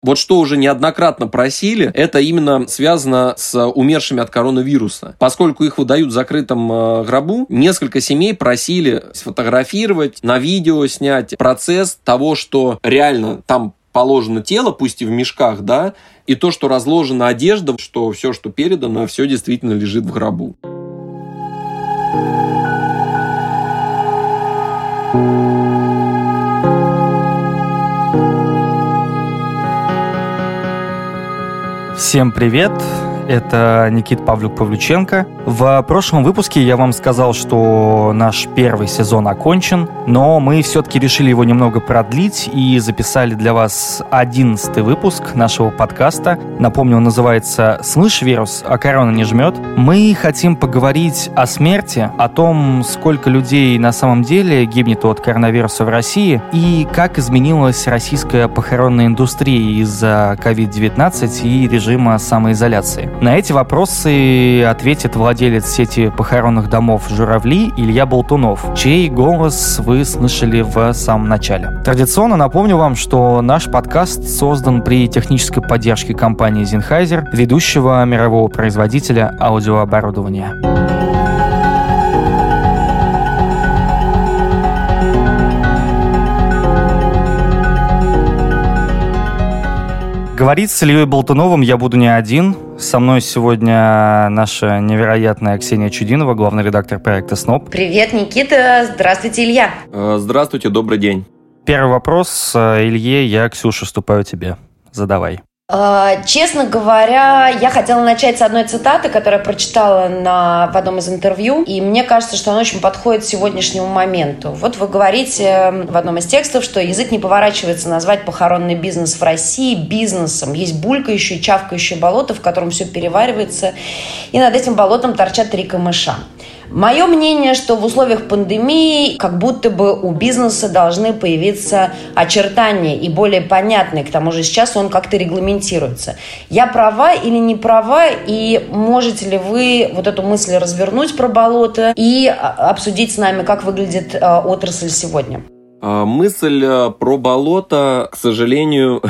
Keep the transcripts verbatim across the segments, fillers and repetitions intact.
Вот что уже неоднократно просили, это именно связано с умершими от коронавируса. Поскольку их выдают в закрытом гробу, несколько семей просили сфотографировать, на видео снять процесс того, что реально там положено тело, пусть и в мешках, да, и то, что разложена одежда, что все, что передано, все действительно лежит в гробу. Всем привет! Это Никита Павлюк-Павлюченко. В прошлом выпуске я вам сказал, что наш первый сезон окончен, но мы все-таки решили его немного продлить и записали для вас одиннадцатый выпуск нашего подкаста. Напомню, он называется «Слышь, вирус, а корона не жмет?». Мы хотим поговорить о смерти, о том, сколько людей на самом деле гибнет от коронавируса в России и как изменилась российская похоронная индустрия из-за ковид девятнадцать и режима самоизоляции. На эти вопросы ответит владелец сети похоронных домов «Журавли» Илья Болтунов, чей голос вы слышали в самом начале. Традиционно напомню вам, что наш подкаст создан при технической поддержке компании Sennheiser, ведущего мирового производителя аудиооборудования. Говорить с Ильей Болтуновым я буду не один. Со мной сегодня наша невероятная Ксения Чудинова, главный редактор проекта СНОП. Привет, Никита. Здравствуйте, Илья. Здравствуйте, добрый день. Первый вопрос Илье, я, Ксюша, уступаю тебе. Задавай. Честно говоря, я хотела начать с одной цитаты, которую я прочитала на, в одном из интервью, и мне кажется, что она очень подходит к сегодняшнему моменту. Вот вы говорите в одном из текстов, что язык не поворачивается назвать похоронный бизнес в России бизнесом. Есть булькающее и чавкающее болото, в котором все переваривается, и над этим болотом торчат три камыша. Мое мнение, что в условиях пандемии как будто бы у бизнеса должны появиться очертания и более понятные. К тому же сейчас он как-то регламентируется. Я права или не права? И можете ли вы вот эту мысль развернуть про болото и обсудить с нами, как выглядит отрасль сегодня? Мысль про болото, к сожалению...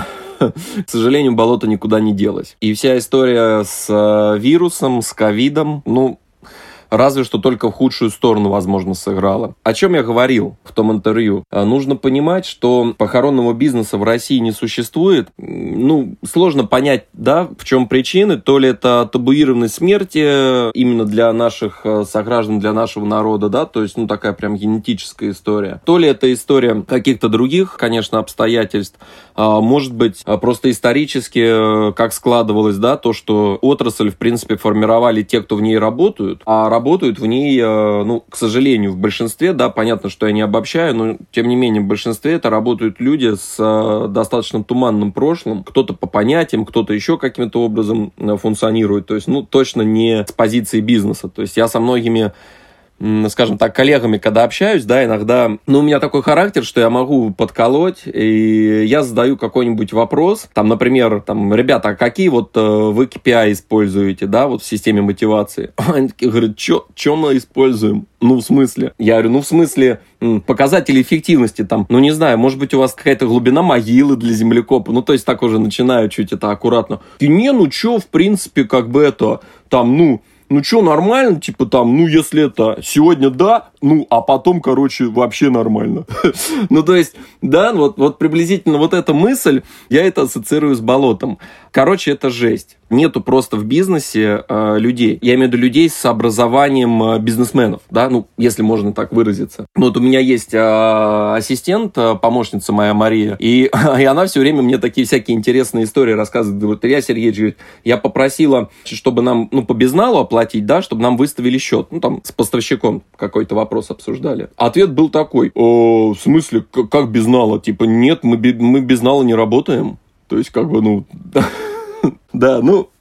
К сожалению, болото никуда не делось. И вся история с вирусом, с ковидом, ну... Разве что только в худшую сторону, возможно, сыграла. О чем я говорил в том интервью? Нужно понимать, что похоронного бизнеса в России не существует. Ну, сложно понять, да, в чем причины. То ли это табуированность смерти именно для наших сограждан, для нашего народа, да, то есть, ну, такая прям генетическая история. То ли это история каких-то других, конечно, обстоятельств. Может быть, просто исторически, как складывалось, да, то, что отрасль, в принципе, формировали те, кто в ней работают, а работают в ней, ну, к сожалению, в большинстве, да, понятно, что я не обобщаю, но, тем не менее, в большинстве это работают люди с достаточно туманным прошлым, кто-то по понятиям, кто-то еще каким-то образом функционирует, то есть, ну, точно не с позиции бизнеса, то есть я со многими, скажем так, коллегами, когда общаюсь, да, иногда, ну, у меня такой характер, что я могу подколоть, и я задаю какой-нибудь вопрос, там, например, там, ребята, а какие вот э, вы кей пи ай используете, да, вот в системе мотивации? Они такие говорят, что мы используем? Ну, в смысле? Я говорю, ну, в смысле показатели эффективности, там, ну, не знаю, может быть, у вас какая-то глубина могилы для землекопа, ну, то есть, так уже начинаю чуть это аккуратно. И не, ну, что, в принципе, как бы это, там, ну, ну что, нормально, типа там, ну если это сегодня да, ну а потом, короче, вообще нормально. Ну то есть, да, вот, вот приблизительно вот эта мысль, я это ассоциирую с болотом. Короче, это жесть. Нету просто в бизнесе э, людей. Я имею в виду людей с образованием э, бизнесменов, да, ну, если можно так выразиться. Вот у меня есть э, ассистент, э, помощница моя Мария, и, и она все время мне такие всякие интересные истории рассказывает. Говорит, Илья Сергеевич, говорит, я попросила, чтобы нам, ну, по безналу оплатить, да, чтобы нам выставили счет. Ну, там, с поставщиком какой-то вопрос обсуждали. Ответ был такой, в смысле, как безнала? Типа, нет, мы, мы безнала не работаем. То есть, как бы, ну... Да, ну,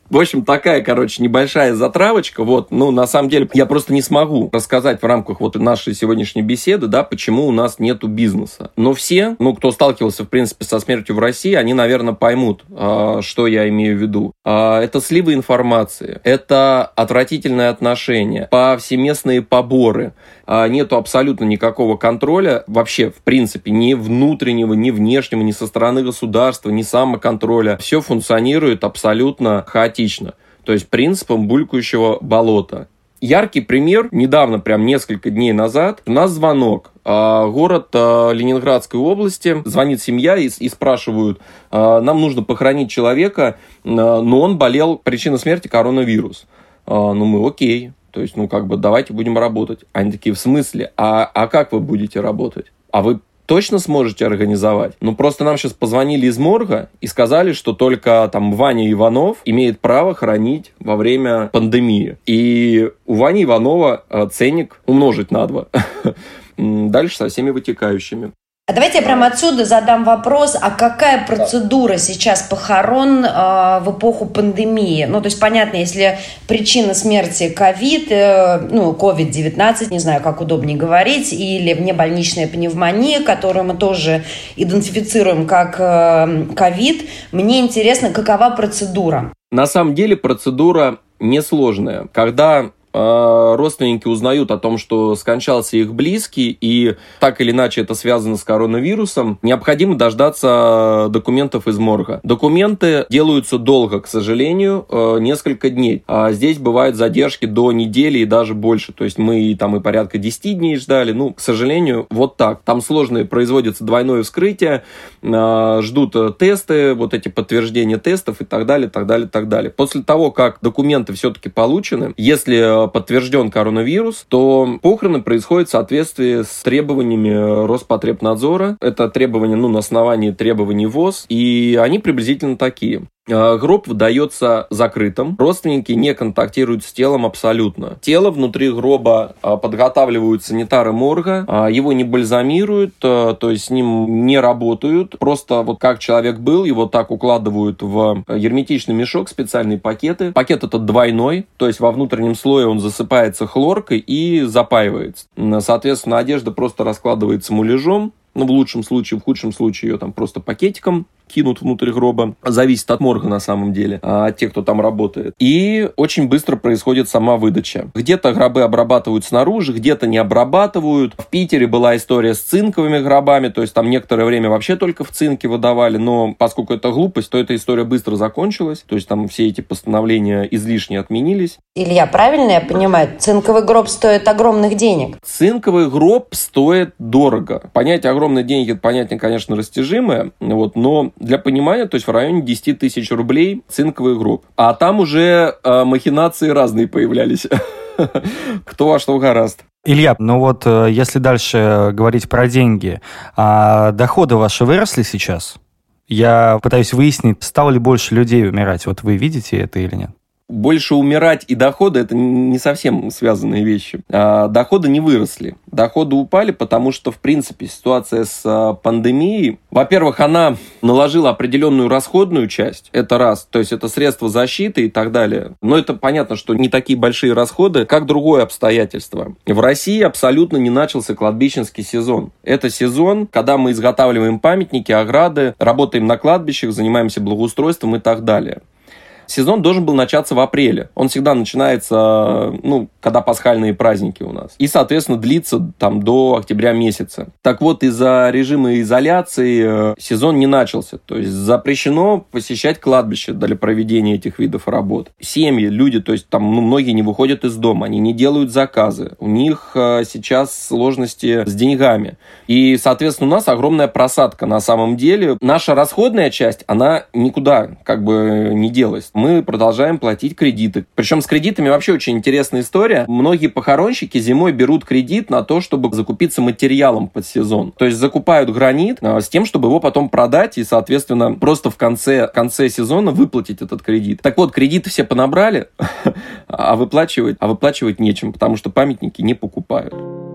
В общем, такая, короче, небольшая затравочка. Вот, ну, на самом деле, я просто не смогу рассказать в рамках вот нашей сегодняшней беседы, да, почему у нас нету бизнеса. Но все, ну, кто сталкивался, в принципе, со смертью в России, они, наверное, поймут, что я имею в виду. Это сливы информации, это отвратительное отношение, повсеместные поборы. Нету абсолютно никакого контроля, вообще, в принципе, ни внутреннего, ни внешнего, ни со стороны государства, ни самоконтроля. Все функционирует абсолютно хаотично. То есть принципом булькающего болота. Яркий пример. Недавно, прям несколько дней назад, у нас звонок. Город Ленинградской области. Звонит семья и, и спрашивают, нам нужно похоронить человека, но он болел, причина смерти коронавирус. Ну мы окей. То есть, ну, как бы, давайте будем работать. Они такие, в смысле? А, а как вы будете работать? А вы точно сможете организовать? Ну, просто нам сейчас позвонили из морга и сказали, что только там Ваня Иванов имеет право хоронить во время пандемии. И у Вани Иванова ценник умножить на два. Дальше со всеми вытекающими. А давайте я прямо отсюда задам вопрос, а какая процедура сейчас похорон э, в эпоху пандемии? Ну, то есть, понятно, если причина смерти ковид, э, ну, ковид девятнадцать, не знаю, как удобнее говорить, или внебольничная пневмония, которую мы тоже идентифицируем как ковид, э, мне интересно, какова процедура? На самом деле процедура несложная. Когда родственники узнают о том, что скончался их близкий, и так или иначе это связано с коронавирусом, необходимо дождаться документов из морга. Документы делаются долго, к сожалению, несколько дней. А здесь бывают задержки до недели и даже больше. То есть мы там и порядка десять дней ждали. Ну, к сожалению, вот так. Там сложные производится двойное вскрытие, ждут тесты, вот эти подтверждения тестов и так далее, так далее, так далее. После того, как документы все-таки получены, если подтвержден коронавирус, то похороны происходят в соответствии с требованиями Роспотребнадзора. Это требования, ну, на основании требований ВОЗ, и они приблизительно такие. Гроб выдается закрытым. Родственники не контактируют с телом абсолютно. Тело внутри гроба подготавливают санитары морга, его не бальзамируют, то есть с ним не работают. Просто вот как человек был, его так укладывают в герметичный мешок, специальные пакеты. Пакет этот двойной, то есть во внутреннем слое он засыпается хлоркой и запаивается. Соответственно, одежда просто раскладывается муляжом. Ну, в лучшем случае, в худшем случае ее там просто пакетиком кинут внутрь гроба. Зависит от морга на самом деле, от тех, кто там работает. И очень быстро происходит сама выдача. Где-то гробы обрабатывают снаружи, где-то не обрабатывают. В Питере была история с цинковыми гробами, то есть там некоторое время вообще только в цинке выдавали, но поскольку это глупость, то эта история быстро закончилась. То есть там все эти постановления излишне отменились. Илья, правильно я понимаю? Цинковый гроб стоит огромных денег. Цинковый гроб стоит дорого. Понятие огромные деньги, это понятие, конечно, растяжимое, вот, но для понимания, то есть в районе десять тысяч рублей цинковый гроб. А там уже э, махинации разные появлялись. Кто во что гораст. Илья, ну вот если дальше говорить про деньги, а доходы ваши выросли сейчас? Я пытаюсь выяснить, стало ли больше людей умирать. Вот вы видите это или нет? Больше умирать и доходы – это не совсем связанные вещи. А, доходы не выросли. Доходы упали, потому что, в принципе, ситуация с а, пандемией, во-первых, она наложила определенную расходную часть, это раз, то есть это средства защиты и так далее. Но это понятно, что не такие большие расходы, как другое обстоятельство. В России абсолютно не начался кладбищенский сезон. Это сезон, когда мы изготавливаем памятники, ограды, работаем на кладбищах, занимаемся благоустройством и так далее. Сезон должен был начаться в апреле. Он всегда начинается, ну, когда пасхальные праздники у нас. И, соответственно, длится там до октября месяца. Так вот, из-за режима изоляции сезон не начался. То есть запрещено посещать кладбище для проведения этих видов работ. Семьи, люди, то есть там, ну, многие не выходят из дома, они не делают заказы. У них сейчас сложности с деньгами. И, соответственно, у нас огромная просадка на самом деле. Наша расходная часть, она никуда как бы не делась. Мы продолжаем платить кредиты. Причем с кредитами вообще очень интересная история. Многие похоронщики зимой берут кредит на то, чтобы закупиться материалом под сезон. То есть закупают гранит а, с тем, чтобы его потом продать и, соответственно, просто в конце, в конце сезона выплатить этот кредит. Так вот, кредиты все понабрали, а выплачивать, а выплачивать нечем, потому что памятники не покупают.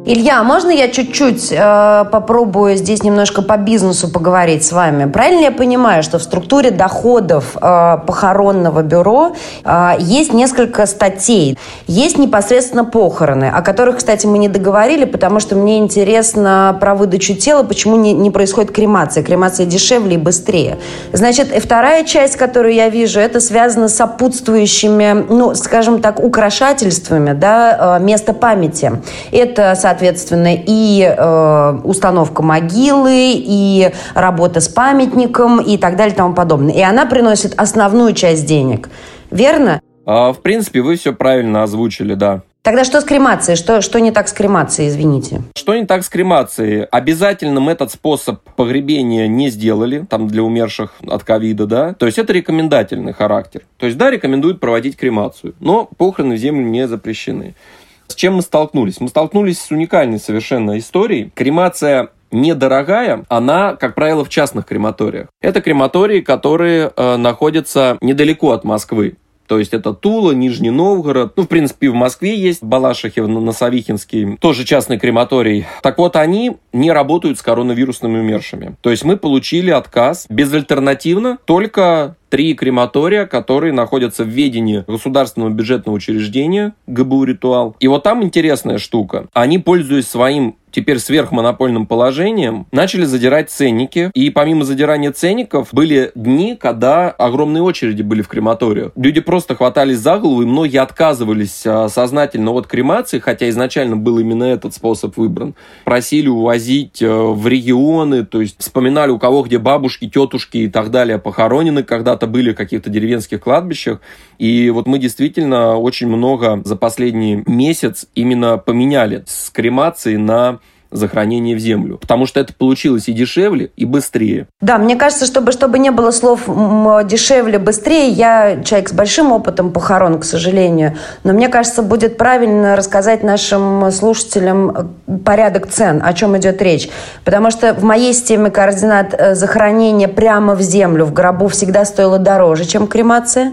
Илья, можно я чуть-чуть э, попробую здесь немножко по бизнесу поговорить с вами? Правильно я понимаю, что в структуре доходов э, похоронного бюро э, есть несколько статей? Есть непосредственно похороны, о которых, кстати, мы не договорили, потому что мне интересно про выдачу тела, почему не, не происходит кремация. Кремация дешевле и быстрее. Значит, и вторая часть, которую я вижу, это связано с сопутствующими, ну, скажем так, украшательствами, да, э, места памяти. Это, соответственно, Соответственно, и э, установка могилы, и работа с памятником, и так далее, и тому подобное. И она приносит основную часть денег. Верно? А, в принципе, вы все правильно озвучили, да. Тогда что с кремацией? Что, что не так с кремацией, извините? Что не так с кремацией? Обязательным этот способ погребения не сделали, там для умерших от ковида, да. То есть это рекомендательный характер. То есть, да, рекомендуют проводить кремацию, но похороны в землю не запрещены. С чем мы столкнулись? Мы столкнулись с уникальной совершенно историей. Кремация недорогая, она, как правило, в частных крематориях. Это крематории, которые э, находятся недалеко от Москвы. То есть это Тула, Нижний Новгород. Ну, в принципе, в Москве есть Балашихе, на Савихинский, тоже частный крематорий. Так вот, они не работают с коронавирусными умершими. То есть мы получили отказ безальтернативно, только три крематория, которые находятся в ведении государственного бюджетного учреждения ГБУ «Ритуал». И вот там интересная штука. Они, пользуясь своим теперь сверхмонопольным положением, начали задирать ценники. И помимо задирания ценников, были дни, когда огромные очереди были в крематориях. Люди просто хватались за голову, и многие отказывались сознательно от кремации, хотя изначально был именно этот способ выбран. Просили увозить в регионы, то есть вспоминали, у кого где бабушки, тетушки и так далее похоронены, когда-то были в каких-то деревенских кладбищах. И вот мы действительно очень много за последний месяц именно поменяли с кремации на захоронение в землю. Потому что это получилось и дешевле, и быстрее. Да, мне кажется, чтобы, чтобы не было слов дешевле, быстрее, я человек с большим опытом похорон, к сожалению, но мне кажется, будет правильно рассказать нашим слушателям порядок цен, о чем идет речь. Потому что в моей системе координат захоронение прямо в землю, в гробу, всегда стоило дороже, чем кремация.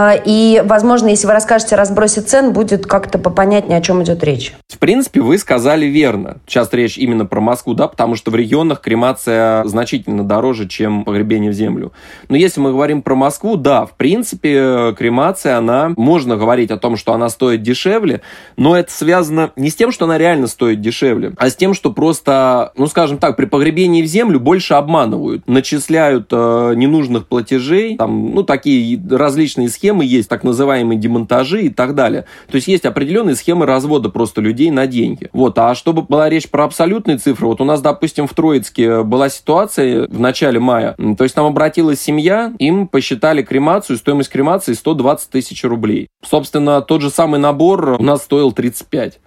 И, возможно, если вы расскажете о разбросе цен, будет как-то попонятнее, о чем идет речь. В принципе, вы сказали верно. Сейчас речь именно про Москву, да, потому что в регионах кремация значительно дороже, чем погребение в землю. Но если мы говорим про Москву, да, в принципе, кремация, она, можно говорить о том, что она стоит дешевле, но это связано не с тем, что она реально стоит дешевле, а с тем, что просто, ну, скажем так, при погребении в землю больше обманывают, начисляют э, ненужных платежей, там, ну, такие различные схемы есть, так называемые демонтажи и так далее. То есть есть определенные схемы развода просто людей на деньги. Вот, а чтобы была речь про абсолютные цифры, вот у нас, допустим, в Троицке была ситуация в начале мая, то есть там обратилась семья, им посчитали кремацию, стоимость кремации сто двадцать тысяч рублей. Собственно, тот же самый набор у нас стоил тридцать пять.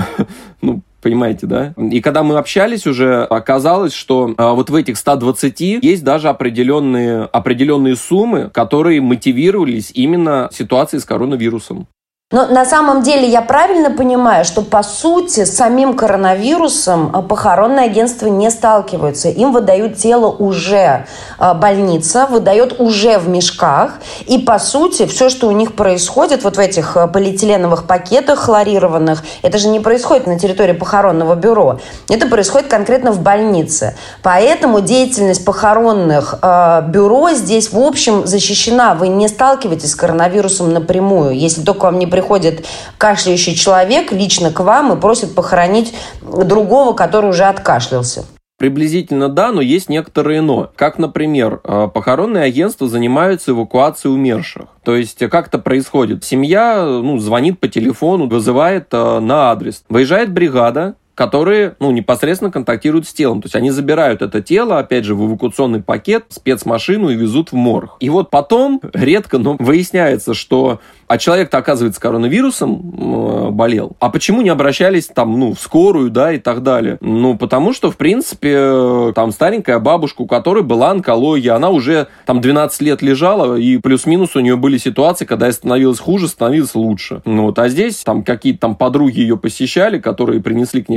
Ну, понимаете, да? И когда мы общались уже, оказалось, что а, вот в этих ста двадцати есть даже определенные, определенные суммы, которые мотивировались именно ситуацией с коронавирусом. Но на самом деле я правильно понимаю, что по сути с самим коронавирусом похоронные агентства не сталкиваются. Им выдают тело уже больница, выдает уже в мешках. И по сути все, что у них происходит вот в этих полиэтиленовых пакетах хлорированных, это же не происходит на территории похоронного бюро. Это происходит конкретно в больнице. Поэтому деятельность похоронных э, бюро здесь в общем защищена. Вы не сталкиваетесь с коронавирусом напрямую. Если только вам не приходит Приходит кашляющий человек лично к вам и просит похоронить другого, который уже откашлялся. Приблизительно да, но есть некоторые но. Как, например, похоронные агентства занимаются эвакуацией умерших. То есть, как это происходит? Семья ну, звонит по телефону, вызывает на адрес. Выезжает бригада, которые ну, непосредственно контактируют с телом. То есть они забирают это тело, опять же, в эвакуационный пакет, спецмашину и везут в морг. И вот потом, редко, но выясняется, что а человек-то, оказывается, коронавирусом э, болел. А почему не обращались там, ну, в скорую, да, и так далее? Ну, потому что, в принципе, э, там старенькая бабушка, у которой была онкология, она уже там двенадцать лет лежала, и плюс-минус у нее были ситуации, когда ей становилось хуже, становилось лучше. Ну, вот, а здесь там какие-то там подруги ее посещали, которые принесли к ней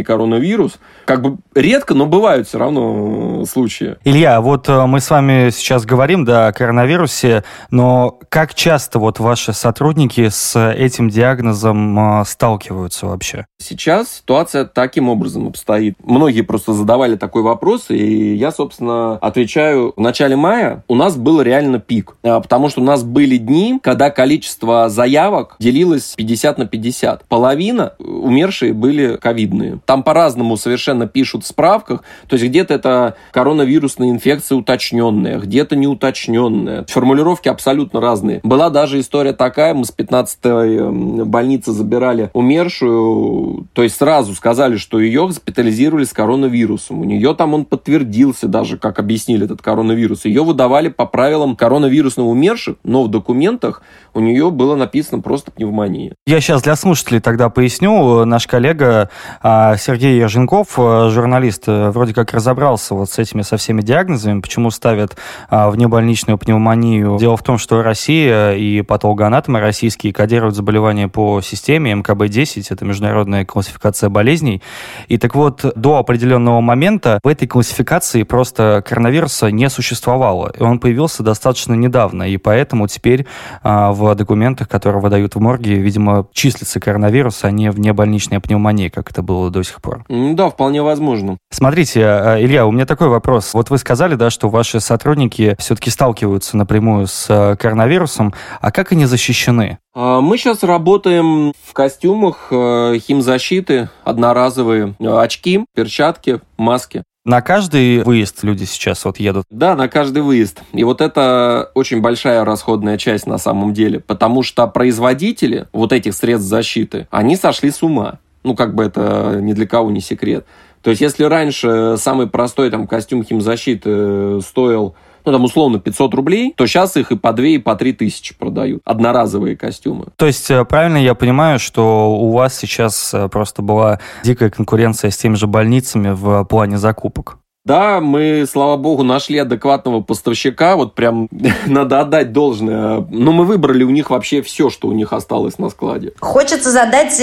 коронавирус. Как бы редко, но бывают все равно случаи. Илья, вот мы с вами сейчас говорим, да, о коронавирусе, но как часто вот ваши сотрудники с этим диагнозом сталкиваются вообще? Сейчас ситуация таким образом обстоит. Многие просто задавали такой вопрос, и я, собственно, отвечаю. В начале мая у нас был реально пик, потому что у нас были дни, когда количество заявок делилось пятьдесят на пятьдесят. Половина умершие были ковидные. Там по-разному совершенно пишут в справках, то есть где-то это коронавирусная инфекция уточненная, где-то неуточненная. Формулировки абсолютно разные. Была даже история такая, мы с пятнадцатой больницы забирали умершую, то есть сразу сказали, что ее госпитализировали с коронавирусом. У нее там он подтвердился даже, как объяснили этот коронавирус. Ее выдавали по правилам коронавирусного умерших, но в документах у нее было написано просто пневмония. Я сейчас для слушателей тогда поясню. Наш коллега Сергей Ерженков, журналист, вроде как разобрался вот с этими, со всеми диагнозами, почему ставят внебольничную пневмонию. Дело в том, что Россия и патологоанатомы российские кодируют заболевания по системе эм ка бэ десять, это международная классификация болезней. И так вот, до определенного момента в этой классификации просто коронавируса не существовало. И он появился достаточно недавно, и поэтому теперь в документах, которые выдают в морге, видимо, числится коронавирус, а не внебольничная пневмония, как это было до сих пор. Да, вполне возможно. Смотрите, Илья, у меня такой вопрос. Вот вы сказали, да, что ваши сотрудники все-таки сталкиваются напрямую с коронавирусом, а как они защищены? Мы сейчас работаем в костюмах химзащиты, одноразовые очки, перчатки, маски. На каждый выезд люди сейчас вот едут? Да, на каждый выезд. И вот это очень большая расходная часть на самом деле, потому что производители вот этих средств защиты, они сошли с ума. Ну, как бы это ни для кого не секрет. То есть, если раньше самый простой там костюм химзащиты стоил, ну, там, условно, пятьсот рублей, то сейчас их и по две, и по три тысячи продают. Одноразовые костюмы. То есть, правильно я понимаю, что у вас сейчас просто была дикая конкуренция с теми же больницами в плане закупок? Да, мы, слава богу, нашли адекватного поставщика, вот прям надо отдать должное. Но мы выбрали у них вообще все, что у них осталось на складе. Хочется задать,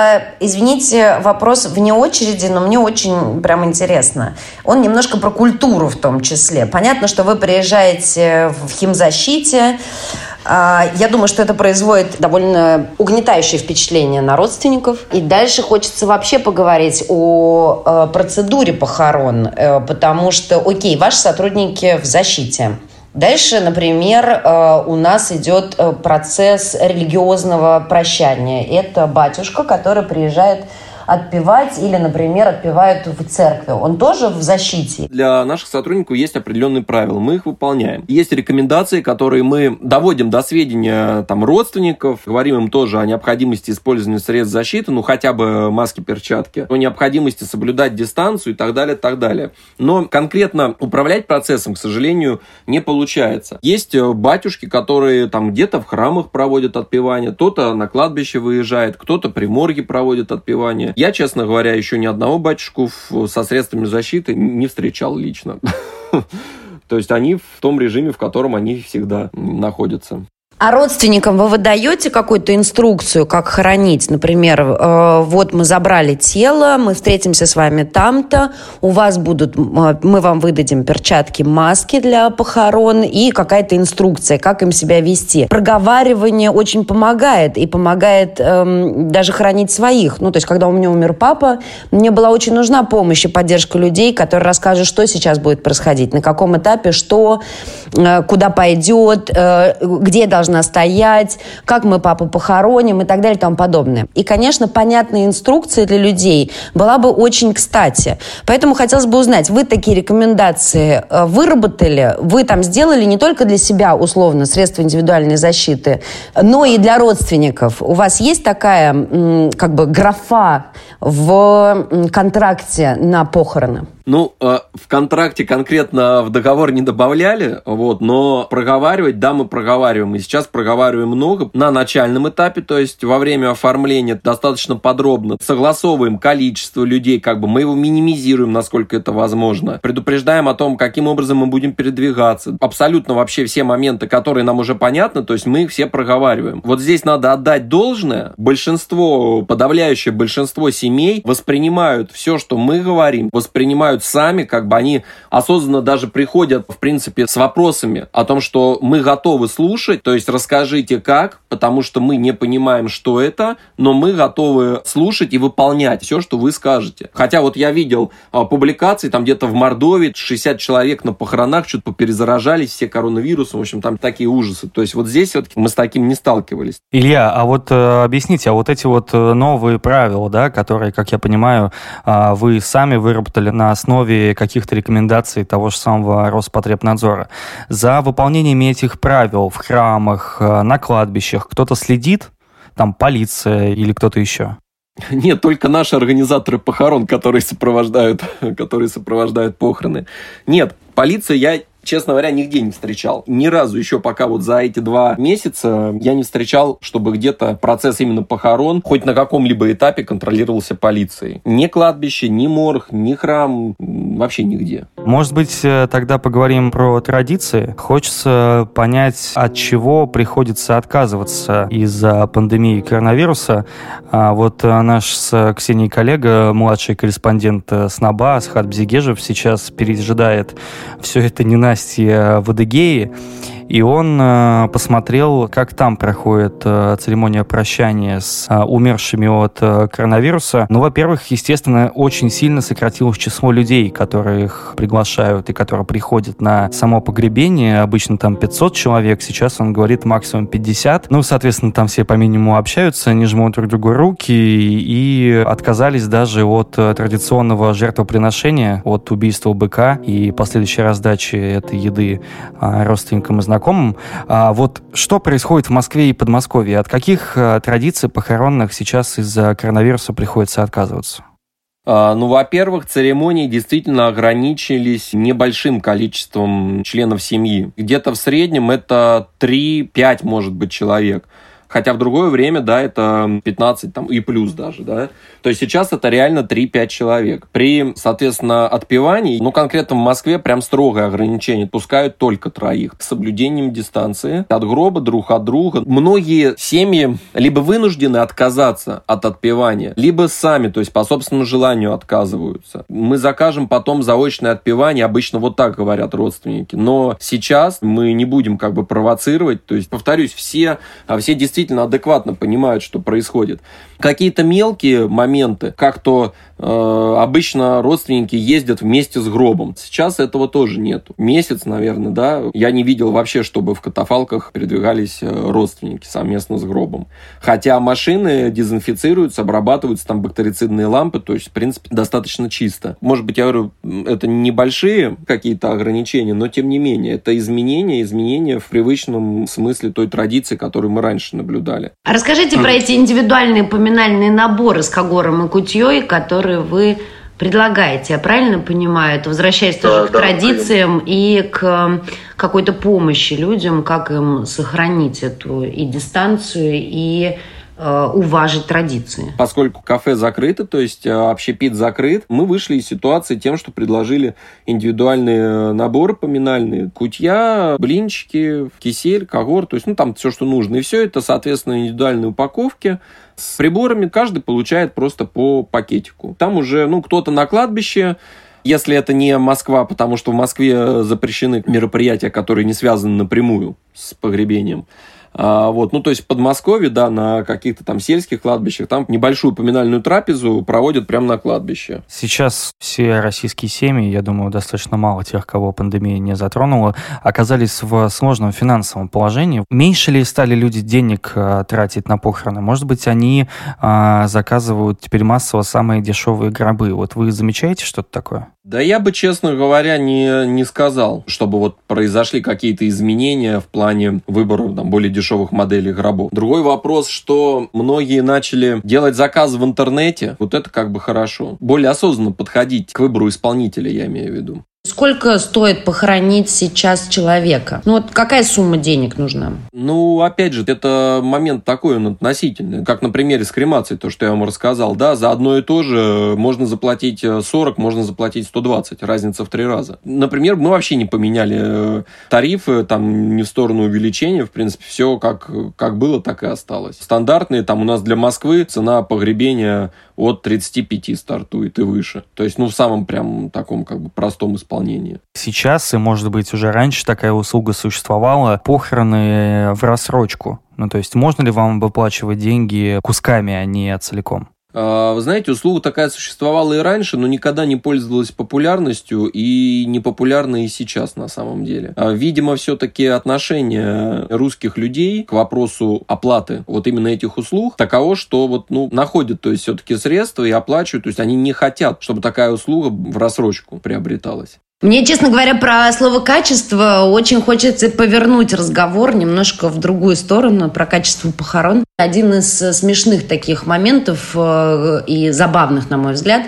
извините, вопрос вне очереди, но мне очень прям интересно. Он немножко про культуру в том числе. Понятно, что вы приезжаете в химзащите. Я думаю, что это производит довольно угнетающее впечатление на родственников. И дальше хочется вообще поговорить о процедуре похорон, потому что, окей, ваши сотрудники в защите. Дальше, например, у нас идет процесс религиозного прощания. Это батюшка, который приезжает отпевать или, например, отпевают в церкви. Он тоже в защите? Для наших сотрудников есть определенные правила, мы их выполняем. Есть рекомендации, которые мы доводим до сведения там, родственников, говорим им тоже о необходимости использования средств защиты, ну хотя бы маски, перчатки, о необходимости соблюдать дистанцию и так далее, так далее. Но конкретно управлять процессом, к сожалению, не получается. Есть батюшки, которые там где-то в храмах проводят отпевание, кто-то на кладбище выезжает, кто-то при морге проводит отпевание. Я, честно говоря, еще ни одного батюшку со средствами защиты не встречал лично. То есть они в том режиме, в котором они всегда находятся. А родственникам вы выдаете какую-то инструкцию, как хоронить? Например, э, вот мы забрали тело, мы встретимся с вами там-то, у вас будут, э, мы вам выдадим перчатки, маски для похорон и какая-то инструкция, как им себя вести. Проговаривание очень помогает, и помогает э, даже хоронить своих. Ну, то есть, когда у меня умер папа, мне была очень нужна помощь и поддержка людей, которые расскажут, что сейчас будет происходить, на каком этапе, что, э, куда пойдет, э, где я должна стоять, как мы папу похороним и так далее и тому подобное. И, конечно, понятная инструкция для людей была бы очень кстати. Поэтому хотелось бы узнать, вы такие рекомендации выработали, вы там сделали не только для себя, условно, средства индивидуальной защиты, но и для родственников. У вас есть такая, как бы, графа в контракте на похороны? Ну, в контракте конкретно в договор не добавляли, вот, но проговаривать, да, мы проговариваем. И сейчас проговариваем много на начальном этапе, то есть во время оформления достаточно подробно согласовываем количество людей, как бы мы его минимизируем, насколько это возможно. Предупреждаем о том, каким образом мы будем передвигаться. Абсолютно вообще все моменты, которые нам уже понятны, то есть мы их все проговариваем. Вот здесь надо отдать должное. Большинство, подавляющее большинство семей воспринимают все, что мы говорим, воспринимают сами, как бы они осознанно даже приходят, в принципе, с вопросами о том, что мы готовы слушать, то есть расскажите как, потому что мы не понимаем, что это, но мы готовы слушать и выполнять все, что вы скажете. Хотя вот я видел а, публикации, там где-то в Мордовии шестьдесят человек на похоронах что-то поперезаражались, все коронавирусом, в общем, там такие ужасы. То есть вот здесь все-таки мы с таким не сталкивались. Илья, а вот э, объясните, а вот эти вот новые правила, да, которые, как я понимаю, э, вы сами выработали на основе каких-то рекомендаций того же самого Роспотребнадзора. За выполнением этих правил в храмах, э, на кладбищах кто-то следит? Там полиция или кто-то еще? Нет, только наши организаторы похорон, которые сопровождают, которые сопровождают похороны. Нет, полиция я... честно говоря, нигде не встречал. Ни разу еще пока вот за эти два месяца я не встречал, чтобы где-то процесс именно похорон хоть на каком-либо этапе контролировался полицией. Ни кладбище, ни морг, ни храм, вообще нигде. Может быть, тогда поговорим про традиции. Хочется понять, от чего приходится отказываться из-за пандемии коронавируса. Вот наш с Ксенией коллега, младший корреспондент СНАБА, Асхат Бзигежев, сейчас пережидает все это ненастье в Адыгее, и он э, посмотрел, как там проходит э, церемония прощания с э, умершими от э, коронавируса. Ну, во-первых, естественно, очень сильно сократилось число людей, которые их приглашают и которые приходят на само погребение. Обычно там пятьсот человек, сейчас он говорит максимум пятьдесят. Ну, соответственно, там все по минимуму общаются, не жмут друг другу руки и отказались даже от традиционного жертвоприношения, от убийства быка и последующей раздачи этой еды э, родственникам и знакомым. Знакомым. А вот что происходит в Москве и Подмосковье? От каких а, традиций похоронных сейчас из-за коронавируса приходится отказываться? А, ну, во-первых, церемонии действительно ограничились небольшим количеством членов семьи. Где-то в среднем это три-пять, может быть, человек. Хотя в другое время, да, это пятнадцать там, и плюс даже, да. То есть сейчас это реально три-пять человек. При, соответственно, отпевании, ну, конкретно в Москве прям строгое ограничение. Пускают только троих. С соблюдением дистанции от гроба друг от друга. Многие семьи либо вынуждены отказаться от отпевания, либо сами, то есть по собственному желанию отказываются. Мы закажем потом заочное отпевание, обычно вот так говорят родственники. Но сейчас мы не будем как бы провоцировать. То есть, повторюсь, все, все действительно действительно адекватно понимают, что происходит. Какие-то мелкие моменты, как то э, обычно родственники ездят вместе с гробом. Сейчас этого тоже нету. Месяц, наверное, да, я не видел вообще, чтобы в катафалках передвигались родственники совместно с гробом. Хотя машины дезинфицируются, обрабатываются, там бактерицидные лампы, то есть, в принципе, достаточно чисто. Может быть, я говорю, это небольшие какие-то ограничения, но тем не менее, это изменения, изменения в привычном смысле той традиции, которую мы раньше наблюдали. А расскажите mm. про эти индивидуальные поминальные наборы с Когором и Кутьей, которые вы предлагаете. Я правильно понимаю? Это возвращаясь да, тоже да, к традициям да. и к какой-то помощи людям, как им сохранить эту и дистанцию, и уважить традиции. Поскольку кафе закрыто, то есть общепит закрыт, мы вышли из ситуации тем, что предложили индивидуальные наборы поминальные. Кутья, блинчики, кисель, когор, то есть ну там все, что нужно. И все это, соответственно, индивидуальные упаковки. С приборами каждый получает просто по пакетику. Там уже, ну, кто-то на кладбище, если это не Москва, потому что в Москве запрещены мероприятия, которые не связаны напрямую с погребением. А, вот, ну, то есть в Подмосковье, да, на каких-то там сельских кладбищах, там небольшую поминальную трапезу проводят прямо на кладбище. Сейчас все российские семьи, я думаю, достаточно мало тех, кого пандемия не затронула, оказались в сложном финансовом положении. Меньше ли стали люди денег а, тратить на похороны? Может быть, они а, заказывают теперь массово самые дешевые гробы? Вот вы замечаете что-то такое? Да я бы, честно говоря, не, не сказал, чтобы вот произошли какие-то изменения в плане выбора там, более дешевых моделей гробов. Другой вопрос, что многие начали делать заказы в интернете. Вот это как бы хорошо. Более осознанно подходить к выбору исполнителя, я имею в виду. Сколько стоит похоронить сейчас человека? Ну вот какая сумма денег нужна? Ну, опять же, это момент такой, он относительный. Как на примере с кремацией, то, что я вам рассказал. Да, за одно и то же можно заплатить сорок, можно заплатить сто двадцать. Разница в три раза. Например, мы вообще не поменяли тарифы, там, не в сторону увеличения. В принципе, все как, как было, так и осталось. Стандартные, там, у нас для Москвы цена погребения от тридцати пяти стартует и выше. То есть, ну, в самом прям таком, как бы, простом исполнении. Сейчас, и, может быть, уже раньше такая услуга существовала, похороны в рассрочку. Ну, то есть, можно ли вам выплачивать деньги кусками, а не целиком? Вы знаете, услуга такая существовала и раньше, но никогда не пользовалась популярностью и не популярна и сейчас на самом деле. Видимо, все-таки отношение русских людей к вопросу оплаты вот именно этих услуг таково, что вот, ну, находят, то есть, все-таки средства и оплачивают, то есть, они не хотят, чтобы такая услуга в рассрочку приобреталась. Мне, честно говоря, про слово «качество» очень хочется повернуть разговор немножко в другую сторону, про качество похорон. Один из смешных таких моментов и забавных, на мой взгляд,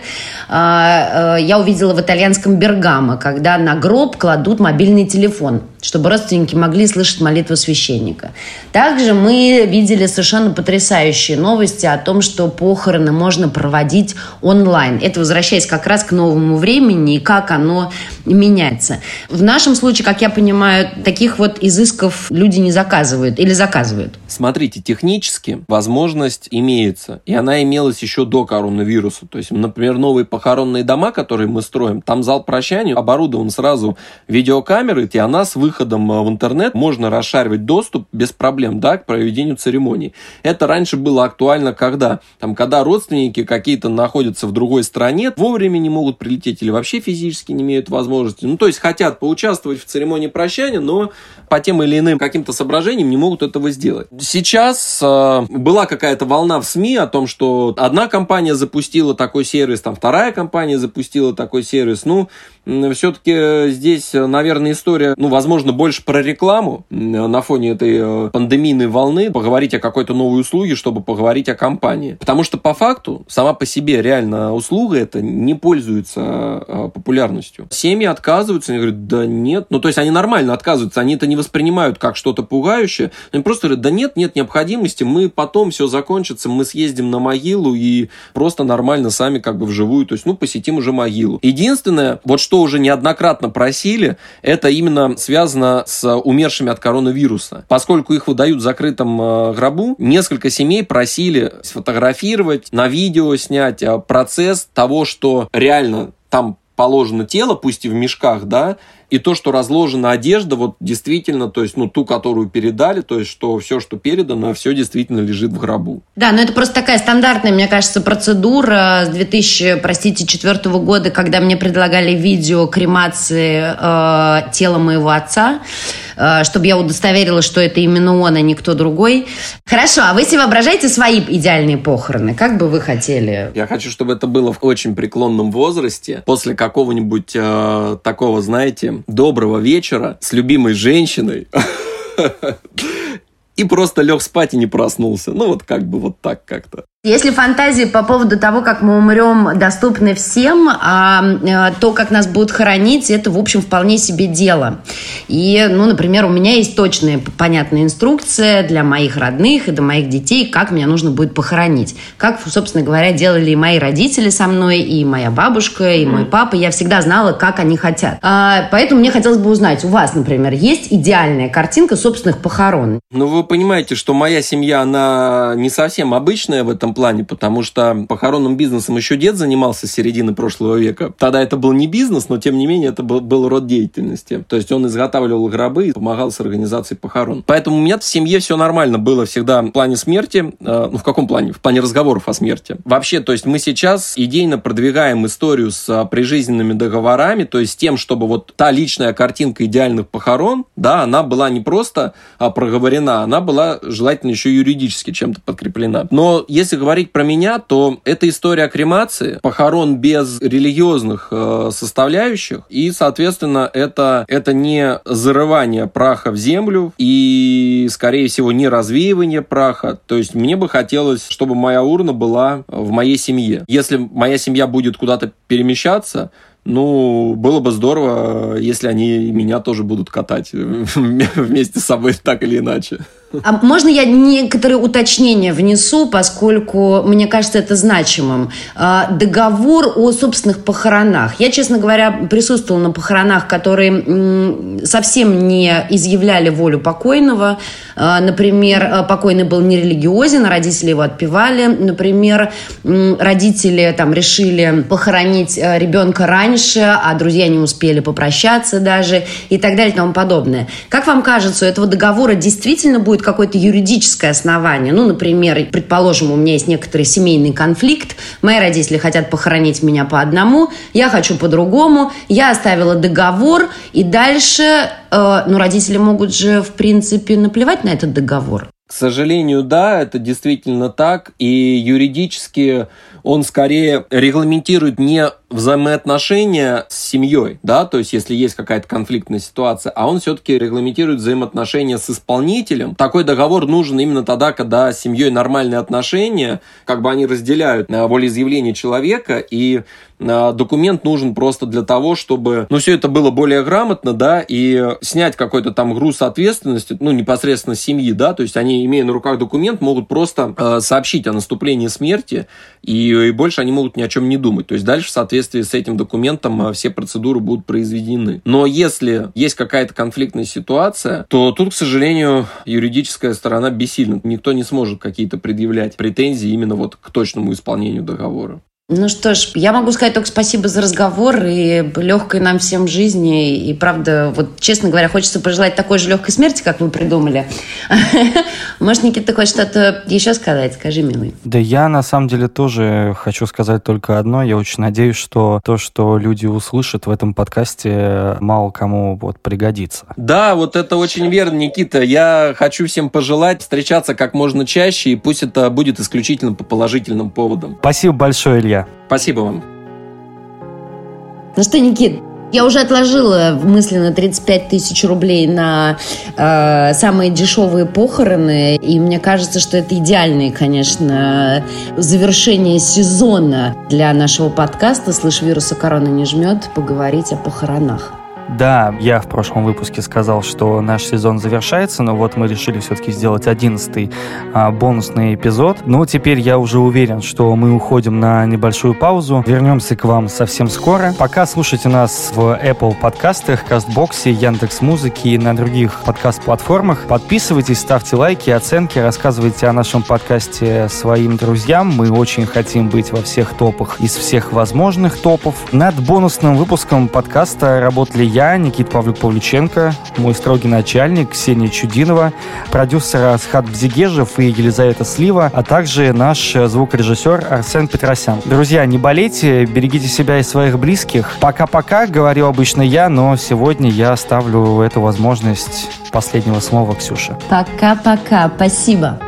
я увидела в итальянском Бергамо, когда на гроб кладут мобильный телефон, чтобы родственники могли слышать молитву священника. Также мы видели совершенно потрясающие новости о том, что похороны можно проводить онлайн. Это возвращаясь как раз к новому времени и как оно меняется. В нашем случае, как я понимаю, таких вот изысков люди не заказывают или заказывают. Смотрите, технически возможность имеется, и она имелась еще до коронавируса. То есть, например, новые похоронные дома, которые мы строим, там зал прощания оборудован сразу видеокамерой, и она с выходом в интернет можно расшаривать доступ без проблем, да, к проведению церемонии. Это раньше было актуально когда? Там, когда родственники какие-то находятся в другой стране, вовремя не могут прилететь или вообще физически не имеют возможности. Ну, то есть, хотят поучаствовать в церемонии прощания, но по тем или иным каким-то соображениям не могут этого сделать. Сейчас э, была какая-то волна в СМИ о том, что одна компания запустила такой сервис, там вторая компания запустила такой сервис. Ну, все-таки здесь, наверное, история, ну, возможно, больше про рекламу на фоне этой пандемийной волны, поговорить о какой-то новой услуге, чтобы поговорить о компании. Потому что по факту сама по себе реально услуга эта не пользуется популярностью. Семьи отказываются, они говорят, да нет. Ну, то есть, они нормально отказываются, они это не воспринимают как что-то пугающее. Они просто говорят, да нет, нет необходимости, мы потом все закончится, мы съездим на могилу и просто нормально сами как бы вживую, то есть, ну, посетим уже могилу. Единственное, вот что уже неоднократно просили, это именно связано с умершими от коронавируса. Поскольку их выдают в закрытом гробу, несколько семей просили сфотографировать, на видео снять процесс того, что реально там положено тело, пусть и в мешках, да, и то, что разложена одежда, вот действительно, то есть, ну, ту, которую передали, то есть, что все, что передано, все действительно лежит в гробу. Да, но это просто такая стандартная, мне кажется, процедура с две тысячи четвёртого года, когда мне предлагали видео кремации э, тела моего отца, э, чтобы я удостоверилась, что это именно он, а не кто другой. Хорошо, а вы себе воображаете свои идеальные похороны? Как бы вы хотели? Я хочу, чтобы это было в очень преклонном возрасте, после какого-нибудь э, такого, знаете, доброго вечера с любимой женщиной и просто лег спать и не проснулся. Ну, вот как бы вот так как-то. Если фантазии по поводу того, как мы умрем, доступны всем, а то, как нас будут хоронить, это, в общем, вполне себе дело. И, ну, например, у меня есть точная, понятная инструкция для моих родных и для моих детей, как меня нужно будет похоронить. Как, собственно говоря, делали и мои родители со мной, и моя бабушка, и мой папа. Я всегда знала, как они хотят. А, поэтому мне хотелось бы узнать, у вас, например, есть идеальная картинка собственных похорон? Ну, вы понимаете, что моя семья, она не совсем обычная в этом плане, потому что похоронным бизнесом еще дед занимался с середины прошлого века. Тогда это был не бизнес, но тем не менее это был, был род деятельности. То есть он изготавливал гробы и помогал с организацией похорон. Поэтому у меня в семье все нормально было всегда в плане смерти. Э, ну, в каком плане? В плане разговоров о смерти. Вообще, то есть мы сейчас идейно продвигаем историю с прижизненными договорами, то есть тем, чтобы вот та личная картинка идеальных похорон, да, она была не просто проговорена, она была желательно еще юридически чем-то подкреплена. Но если говорить про меня, то это история кремации, похорон без религиозных э, составляющих, и, соответственно, это, это не зарывание праха в землю и, скорее всего, не развеивание праха. То есть мне бы хотелось, чтобы моя урна была в моей семье. Если моя семья будет куда-то перемещаться, ну, было бы здорово, если они меня тоже будут катать вместе с собой, так или иначе. А можно я некоторые уточнения внесу, поскольку мне кажется это значимым? Договор о собственных похоронах. Я, честно говоря, присутствовала на похоронах, которые совсем не изъявляли волю покойного. Например, покойный был нерелигиозен, родители его отпевали. Например, родители там решили похоронить ребенка раньше, а друзья не успели попрощаться даже, и так далее и тому подобное. Как вам кажется, у этого договора действительно будет какое-то юридическое основание? Ну, например, предположим, у меня есть некоторый семейный конфликт, мои родители хотят похоронить меня по одному, я хочу по-другому, я оставила договор, и дальше, э, ну, родители могут же, в принципе, наплевать на этот договор. К сожалению, да, это действительно так, и юридически он скорее регламентирует не взаимоотношения с семьей, да, то есть если есть какая-то конфликтная ситуация, а он все-таки регламентирует взаимоотношения с исполнителем. Такой договор нужен именно тогда, когда с семьей нормальные отношения, как бы они разделяют волеизъявление человека, и документ нужен просто для того, чтобы, ну, все это было более грамотно, да, и снять какой-то там груз ответственности, ну, непосредственно семьи, да, то есть они, имея на руках документ, могут просто э, сообщить о наступлении смерти, и, и больше они могут ни о чем не думать. То есть дальше, в соответствии с этим документом, все процедуры будут произведены. Но если есть какая-то конфликтная ситуация, то тут, к сожалению, юридическая сторона бессильна. Никто не сможет какие-то предъявлять претензии именно вот к точному исполнению договора. Ну что ж, я могу сказать только спасибо за разговор и легкой нам всем жизни. И правда, вот честно говоря, хочется пожелать такой же легкой смерти, как вы придумали. Может, Никита, ты хочешь что-то еще сказать? Скажи, милый. Да я на самом деле тоже хочу сказать только одно. Я очень надеюсь, что то, что люди услышат в этом подкасте, мало кому вот пригодится. Да, вот это очень верно, Никита. Я хочу всем пожелать встречаться как можно чаще, и пусть это будет исключительно по положительным поводам. Спасибо большое, Илья. Спасибо вам. Ну что, Никит, я уже отложила мысленно тридцать пять тысяч рублей на э, самые дешевые похороны, и мне кажется, что это идеальное, конечно, завершение сезона для нашего подкаста «Слышь, вируса корона не жмет», поговорить о похоронах. Да, я в прошлом выпуске сказал, что наш сезон завершается, но вот мы решили все-таки сделать одиннадцатый а, бонусный эпизод. Но теперь я уже уверен, что мы уходим на небольшую паузу. Вернемся к вам совсем скоро. Пока слушайте нас в Apple подкастах, Кастбоксе, Яндекс.Музыке и на других подкаст-платформах. Подписывайтесь, ставьте лайки, оценки, рассказывайте о нашем подкасте своим друзьям. Мы очень хотим быть во всех топах из всех возможных топов. Над бонусным выпуском подкаста работали я, Я, Никита Павлюк-Павлюченко, мой строгий начальник Ксения Чудинова, продюсер Асхат Бзигежев и Елизавета Слива, а также наш звукорежиссер Арсен Петросян. Друзья, не болейте, берегите себя и своих близких. Пока-пока, говорю обычно я, но сегодня я оставлю эту возможность последнего слова Ксюше. Пока-пока, спасибо.